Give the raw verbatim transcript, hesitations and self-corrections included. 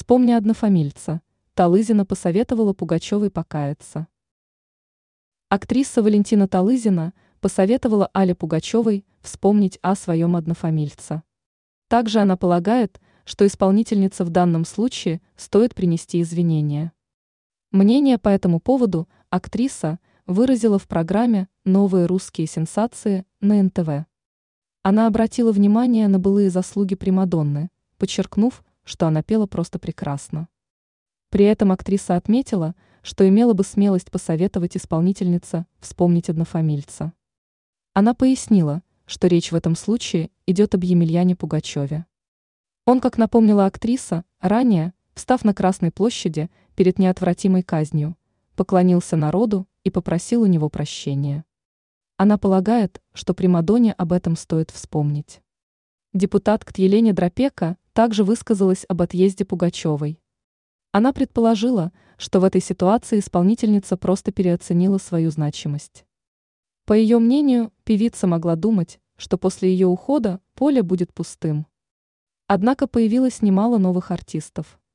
Вспомни однофамильца. Талызина посоветовала Пугачевой покаяться. Актриса Валентина Талызина посоветовала Але Пугачевой вспомнить о своем однофамильце. Также она полагает, что исполнительнице в данном случае стоит принести извинения. Мнение по этому поводу актриса выразила в программе «Новые русские сенсации» на эн тэ вэ. Она обратила внимание на былые заслуги примадонны, подчеркнув, что она пела просто прекрасно. При этом актриса отметила, что имела бы смелость посоветовать исполнительнице вспомнить однофамильца. Она пояснила, что речь в этом случае идет об Емельяне Пугачеве. Он, как напомнила актриса, ранее, встав на Красной площади перед неотвратимой казнью, поклонился народу и попросил у него прощения. Она полагает, что примадонне об этом стоит вспомнить. Депутатка Елене Дропека также высказалась об отъезде Пугачевой. Она предположила, что в этой ситуации исполнительница просто переоценила свою значимость. По ее мнению, певица могла думать, что после ее ухода поле будет пустым. Однако появилось немало новых артистов.